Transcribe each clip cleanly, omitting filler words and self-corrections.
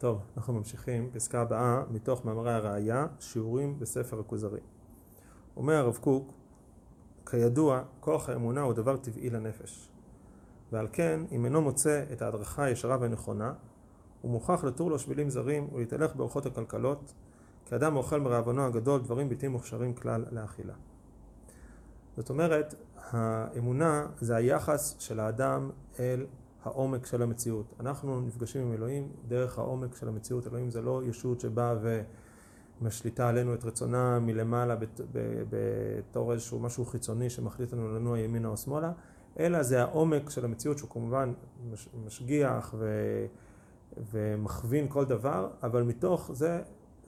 טוב, אנחנו ממשיכים, פסקה הבאה, מתוך מאמרי הראייה, שיעורים בספר הכוזרי. אומר הרב קוק, כידוע, כוח האמונה הוא דבר טבעי לנפש. ועל כן, אם אינו מוצא את ההדרכה הישרה והנכונה, הוא מוכרח לתור לו שבילים זרים ולהתהלך באורחות הכלכלות, כי אדם אוכל מרעבנו הגדול דברים בלתי מוכשרים כלל לאכילה. זאת אומרת, האמונה זה היחס של האדם אל העומק של המציאות. אנחנו נפגשים עם אלוהים דרך העומק של המציאות. אלוהים זה לא ישות שבאה ומשליטה עלינו את רצונה מלמעלה בתור איזשהו משהו חיצוני שמחליט לנו לנוע ימינה או שמאלה, אלא זה העומק של המציאות שהוא כמובן משגיח ומכווין כל דבר, אבל מתוך זה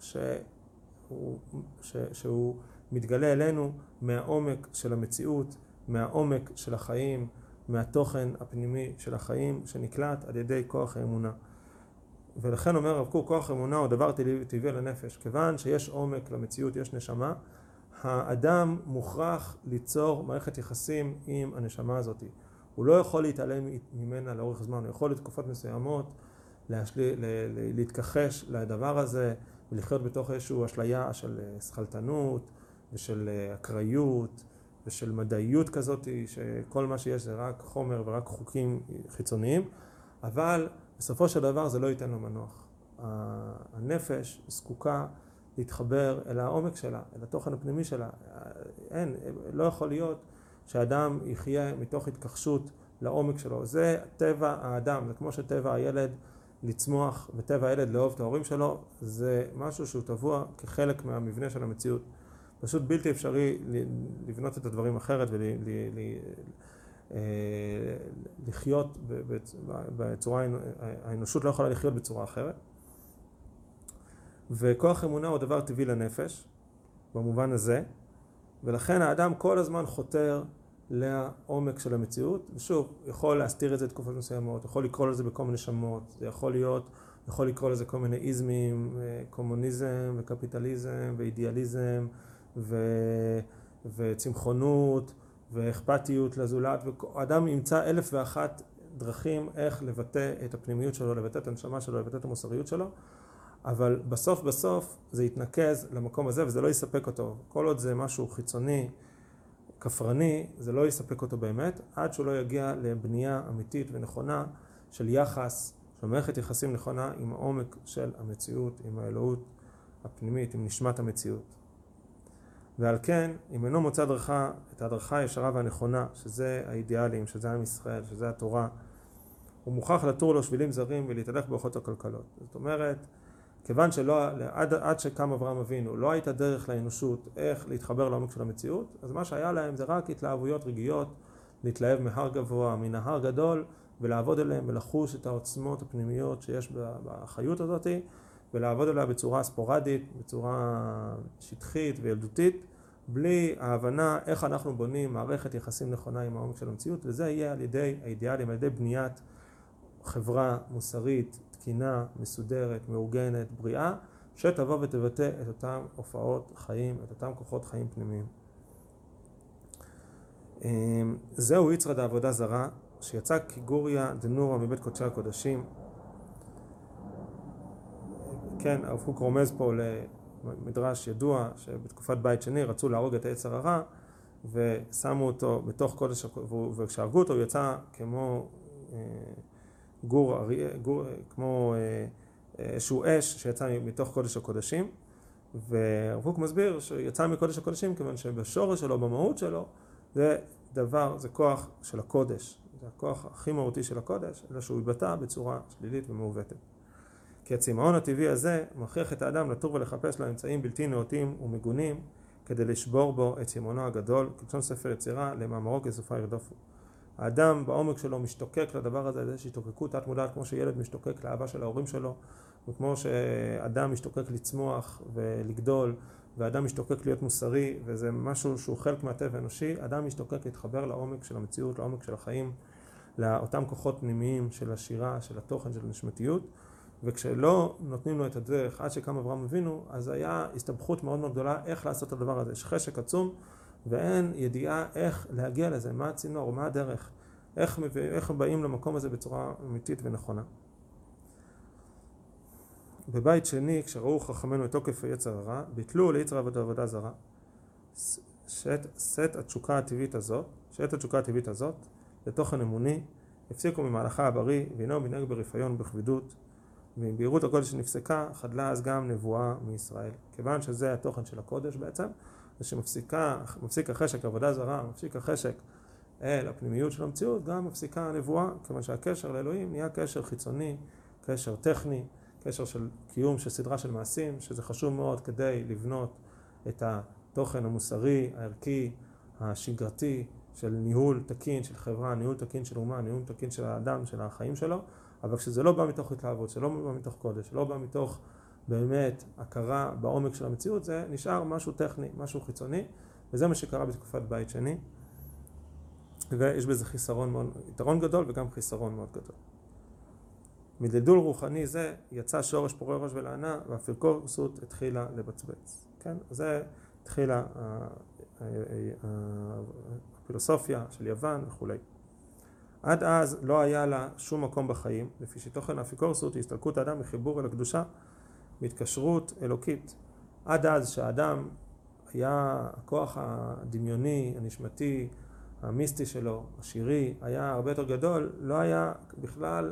שהוא מתגלה אלינו מהעומק של המציאות, מהעומק של החיים, מהתוכן הפנימי של החיים שנקלט על ידי כוח האמונה. ולכן אומר הרב קוק, כוח האמונה הוא דבר טבעי לנפש. כיוון שיש עומק למציאות, יש נשמה, האדם מוכרח ליצור מערכת יחסים עם הנשמה הזאת. הוא לא יכול להתעלם ממנה לאורך זמן, הוא יכול לתקופות מסוימות להתכחש לדבר הזה ולחיות בתוך איזושהי אשליה של שכלתנות ושל אקראיות ושל מדעיות כזאת, שכל מה שיש זה רק חומר ורק חוקים חיצוניים, אבל בסופו של דבר זה לא ייתן לו מנוח. הנפש זקוקה להתחבר אל העומק שלה, אל התוכן הפנימי שלה. לא יכול להיות שהאדם יחיה מתוך התכחשות לעומק שלו. זה טבע האדם, זה כמו שטבע הילד לצמוח וטבע הילד לאהוב את ההורים שלו, זה משהו שהוא טבוע כחלק מהמבנה של המציאות. פשוט בלתי אפשרי לבנות את הדברים אחרת ולחיות בצורה, האנושות לא יכולה לחיות בצורה אחרת. וכוח אמונה הוא דבר טבעי לנפש, במובן הזה, ולכן האדם כל הזמן חותר לעומק של המציאות, ושוב, יכול להסתיר את זה תקופות מסוימות, יכול לקרוא לזה בכל מיני שמות, זה יכול לקרוא לזה כל מיני איזמים, קומוניזם וקפיטליזם ואידיאליזם וצמחונות ואכפתיות לזולת, ואדם ימצא 1001 דרכים איך לבטא את הפנימיות שלו, לבטא את הנשמה שלו, לבטא את המוסריות שלו, אבל בסוף זה יתנקז למקום הזה וזה לא יספק אותו. כל עוד זה משהו חיצוני, כפרני, זה לא יספק אותו באמת, עד שהוא לא יגיע לבנייה אמיתית ונכונה של יחס, של מערכת יחסים נכונה עם העומק של המציאות, עם האלוהות הפנימית, עם נשמת המציאות. ועל כן, אם אינו מוצא את ההדרכה הישרה והנכונה, שזה האידיאלים, שזה עם ישראל, שזה התורה, הוא מוכרח לתור לו שבילים זרים ולהתהלך באורחות הכלכלות. זאת אומרת, כיוון עד שקם אברהם אבינו, לא הייתה דרך לאנושות איך להתחבר לעומק של המציאות, אז מה שהיה להם זה רק התלהבויות רגעיות, להתלהב מהר גבוה, מנהר גדול, ולעבוד אליהם ולחוש את העוצמות הפנימיות שיש בחיות הזאת, ולעבוד עליה בצורה ספורדית, בצורה שטחית וילדותית, בלי ההבנה איך אנחנו בונים מערכת יחסים נכונה עם העומק של המציאות, וזה יהיה על ידי האידיאלים, על ידי בניית חברה מוסרית, תקינה, מסודרת, מאורגנת, בריאה, שתבוא ותבטא את אותם הופעות חיים, את אותם כוחות חיים פנימיים. זהו יצרא דעבודה זרה, שיצא כגוריה דנורא מבית קודשי הקודשים. כן, הרב קוק רומז פה למדרש ידוע שבתקופת בית שני רצו להרוג את היצר הרע ושמו אותו בתוך קודש, וכשהרגו אותו הוא יצא כמו כמו איזשהו אש שיצא מתוך קודש הקודשים, והרב קוק מסביר שיצא מקודש הקודשים כיוון שבשורש שלו, במהות שלו, זה כוח של הקודש, זה הכוח הכי מהותי של הקודש, אלא שהוא התבטא בצורה שלילית ומעוותת. כי הצמאון הטבעי הזה מכריח את האדם לתור ולחפש לו אמצעים בלתי נאותים ומגונים כדי לשבור בו את צמאונו הגדול, כלשון ספר יצירה, למאמרו כסופה ירדופו. האדם בעומק שלו משתוקק לדבר הזה, איזושהי השתוקקות תת מודעת, כמו שילד משתוקק לאהבה של ההורים שלו, וכמו שאדם משתוקק לצמוח ולגדול, ואדם משתוקק להיות מוסרי, וזה משהו שהוא חלק מהטבע האנושי, אדם משתוקק להתחבר לעומק של המציאות, לעומק של החיים, לאותם כוחות פנימיים של השירה, של התוכן, של הנשמתיות, וכשלא נותנים לו את הדרך עד שקם אברהם אבינו, אז היה הסתבכות מאוד מאוד גדולה איך לעשות את הדבר הזה. יש חשק עצום ואין ידיעה איך להגיע לזה, מה הצינור, מה הדרך, איך באים למקום הזה בצורה אמיתית ונכונה. בבית שני, כשראו חכמינו את תוקף היצר הרע, ביטלו ליצר עבודה זרה. שאת התשוקה הטבעית הזאת לתוכן אמוני, הפסיקו ממהלכה הבריא, והנה מנהג ברפיון ובכבדות, ועם בהירות הקודש שנפסקה, חדלה אז גם נבואה מישראל. כיוון שזה התוכן של הקודש בעצם, זה שמפסיק החשק עבודה זרה, מפסיק החשק אל הפנימיות של המציאות, גם מפסיקה הנבואה, כיוון שהקשר לאלוהים נהיה קשר חיצוני, קשר טכני, קשר של קיום של סדרה של מעשים, שזה חשוב מאוד כדי לבנות את התוכן המוסרי, הערכי, השגרתי, של ניהול תקין של חברה, ניהול תקין של אומה, ניהול תקין של האדם, של החיים שלו, אבל כשזה לא בא מתוך התלהבות, שלא בא מתוך קודש, שלא בא מתוך באמת הכרה בעומק של המציאות, זה נשאר משהו טכני, משהו חיצוני, וזה מה שקרה בתקופת בית שני, ויש בזה יתרון גדול וגם חיסרון מאוד גדול. מדלדול רוחני זה יצא שורש פורה ראש ולענה, והפילוסופיה התחילה לבצבץ. כן? זה התחילה הפילוסופיה של יוון וכו'. עד אז לא היה לה שום מקום בחיים, לפי שתוכן האפיקורסות היא הסתלקות האדם מחיבור אל הקדושה, בהתקשרות אלוקית. עד אז שהאדם היה הכוח הדמיוני, הנשמתי, המיסטי שלו, השירי, היה הרבה יותר גדול, לא היה בכלל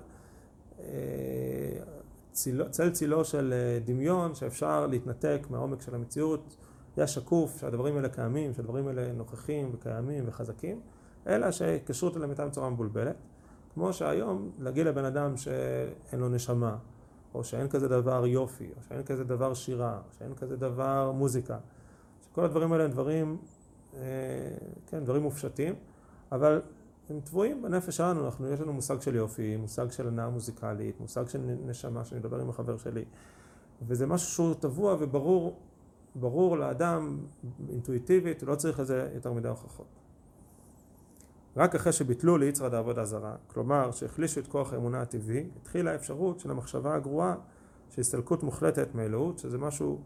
צל צילו של דמיון שאפשר להתנתק מהעומק של המציאות. היה שקוף שהדברים האלה קיימים, שהדברים האלה נוכחים וקיימים וחזקים, אלא שקשרות אליהם הייתה בצורה מבולבלת, כמו שהיום להגיד לבן אדם שאין לו נשמה, או שאין כזה דבר יופי, או שאין כזה דבר שירה, או שאין כזה דבר מוזיקה, שכל הדברים האלה הם דברים, כן, דברים מופשטים, אבל הם טבועים בנפש שלנו. יש לנו מושג של יופי, מושג של הנאה מוזיקלית, מושג של נשמה שאני מדבר עם החבר שלי, וזה משהו שהוא טבוע וברור לאדם אינטואיטיבית, לא צריך לזה יותר מדי הוכחות. רק אחרי שביטלו ליצר העבודה זרה, כלומר שהחלישו את כוח האמונה הטבעי, התחילה האפשרות של המחשבה הגרועה של הסתלקות מוחלטת מאלוהות, שזה משהו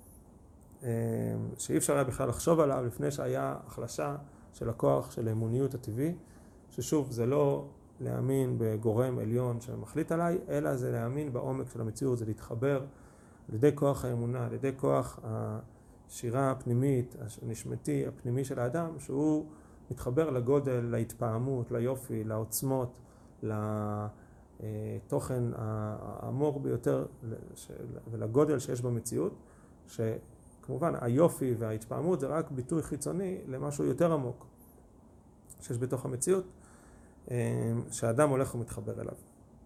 שאי אפשר היה בכלל לחשוב עליו לפני שהיה החלשה של הכוח של האמוניות הטבעי, ששוב זה לא להאמין בגורם עליון שמחליט עליי, אלא זה להאמין בעומק של המציאות, זה להתחבר על ידי כוח האמונה, על ידי כוח השירה הפנימית, הנשמתי הפנימי של האדם, שהוא מתחבר לגודל, להתפעמות, ליופי, לעוצמות, לתוכן העמוק ביותר ולגודל שיש במציאות, שכמובן היופי וההתפעמות זה רק ביטוי חיצוני למשהו יותר עמוק שיש בתוך המציאות, שהאדם הולך ומתחבר אליו.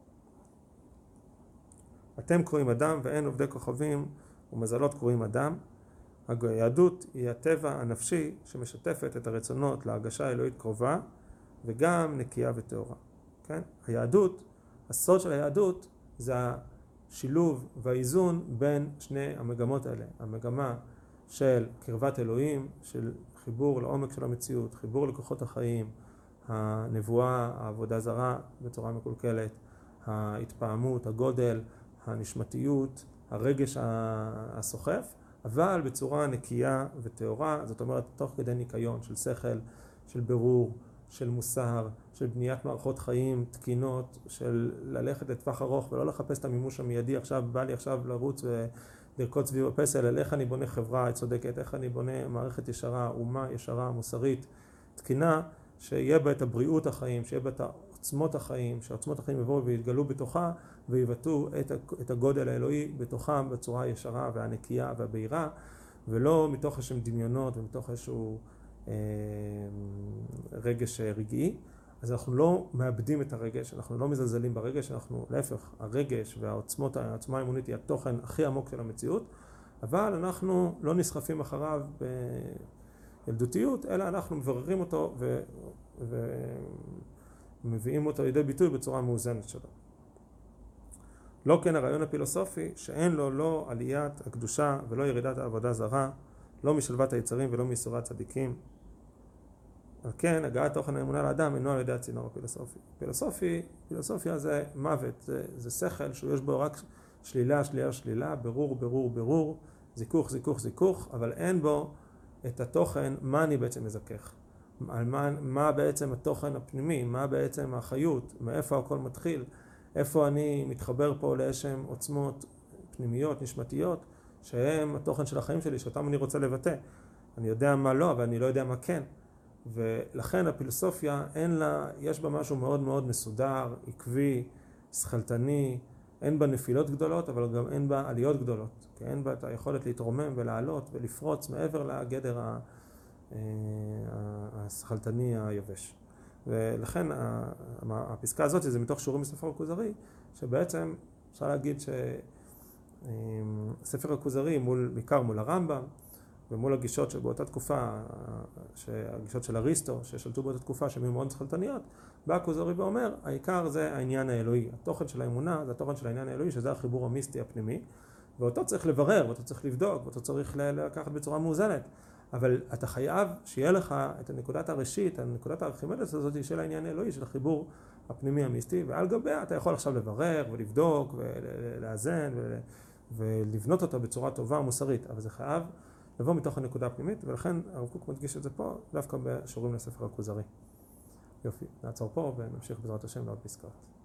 אתם קוראים אדם ואין עובדי כוכבים ומזלות קוראים אדם. היהדות היא הטבע הנפשי שמשתפת את הרצונות להרגשה האלוהית קרובה וגם נקייה וטהורה. כן? היהדות, הסוד של היהדות זה השילוב והאיזון בין שני המגמות האלה. המגמה של קרבת אלוהים, של חיבור לעומק של המציאות, חיבור לכוחות החיים, הנבואה, העבודה זרה בצורה מקולקלת, ההתפעמות, הגודל, הנשמתיות, הרגש הסוחף, אבל בצורה נקייה וטהורה, זאת אומרת תוך כדי ניקיון של שכל, של ברור, של מוסר, של בניית מערכות חיים תקינות, של ללכת לטווח ארוך ולא לחפש את המימוש המיידי. עכשיו בא לי עכשיו לרוץ ולרקוד סביב הפסל, על איך אני בונה חברה צודקת, איך אני בונה מערכת ישרה, אומה ישרה, מוסרית, תקינה, שיהיה בה את הבריאות החיים, שיהיה בה את עוצמות החיים, שעוצמות החיים יבואו ויתגלו בתוכה ויבטאו את הגודל האלוהי בתוכם בצורה הישרה והנקייה והבהירה, ולא מתוך איזשהם דמיונות ומתוך איזשהו רגש רגעי. אז אנחנו לא מאבדים את הרגש, אנחנו לא מזלזלים ברגש, אנחנו להפך, הרגש והעוצמה האמונית היא התוכן הכי עמוק של המציאות, אבל אנחנו לא נסחפים אחריו בילדותיות, אלא אנחנו מבררים אותו ומביאים אותו לידי ביטוי בצורה מאוזנת שלו. לא כן הרעיון הפילוסופי שאין לו לא עליית הקדושה ולא ירידת העבודה זרה, לא משלוות היצרים ולא מייסורי הצדיקים. על כן הגעת תוכן האמונה לאדם אינו על ידי הצינור הפילוסופי. פילוסופיה זה מוות, זה שכל שיש בו רק שלילה, שלילה, שלילה, ברור, ברור, ברור, זיכוך, זיכוך, זיכוך, אבל אין בו את התוכן, מה אני בעצם מזכך, מה בעצם התוכן הפנימי, מה בעצם החיות, מאיפה הכל מתחיל, איפה אני מתחבר פה לאיזשהם עוצמות פנימיות, נשמתיות, שהם התוכן של החיים שלי, שאותם אני רוצה לבטא. אני יודע מה לא, אבל אני לא יודע מה כן. ולכן הפילוסופיה יש בה משהו מאוד מאוד מסודר, עקבי, שכלתני, אין בה נפילות גדולות, אבל גם אין בה עליות גדולות. כי אין בה את היכולת להתרומם ולעלות ולפרוץ מעבר לגדר השכלתני היבש. ולכן הפסקה הזאת זה מתוך שיעורים בספר הכוזרי, שבעצם אפשר להגיד שספר הכוזרי בעיקר מול הרמב"ם, ומול הגישות שבאותה תקופה, הגישות של אריסטו, ששלטו באותה תקופה שהן מאוד שכלתניות, בא הכוזרי ואומר, העיקר זה העניין האלוהי. התוכן של האמונה זה התוכן של העניין האלוהי, שזה החיבור המיסטי הפנימי, ואותו צריך לברר, ואותו צריך לבדוק, ואותו צריך לקחת בצורה מאוזנת. אבל אתה חייב שיהיה לך את הנקודת הראשית, הנקודת הארכימדית הזאת של העניין האלוהי, של החיבור הפנימי המיסטי, ועל גביה אתה יכול עכשיו לברר ולבדוק ולאזן ולבנות אותה בצורה טובה ומוסרית, אבל זה חייב לבוא מתוך הנקודה הפנימית, ולכן הרב קוק מדגיש את זה פה, דווקא בשיעורים לספר הכוזרי. יופי, נעצור פה ונמשיך בעזרת השם לעוד פסקאות.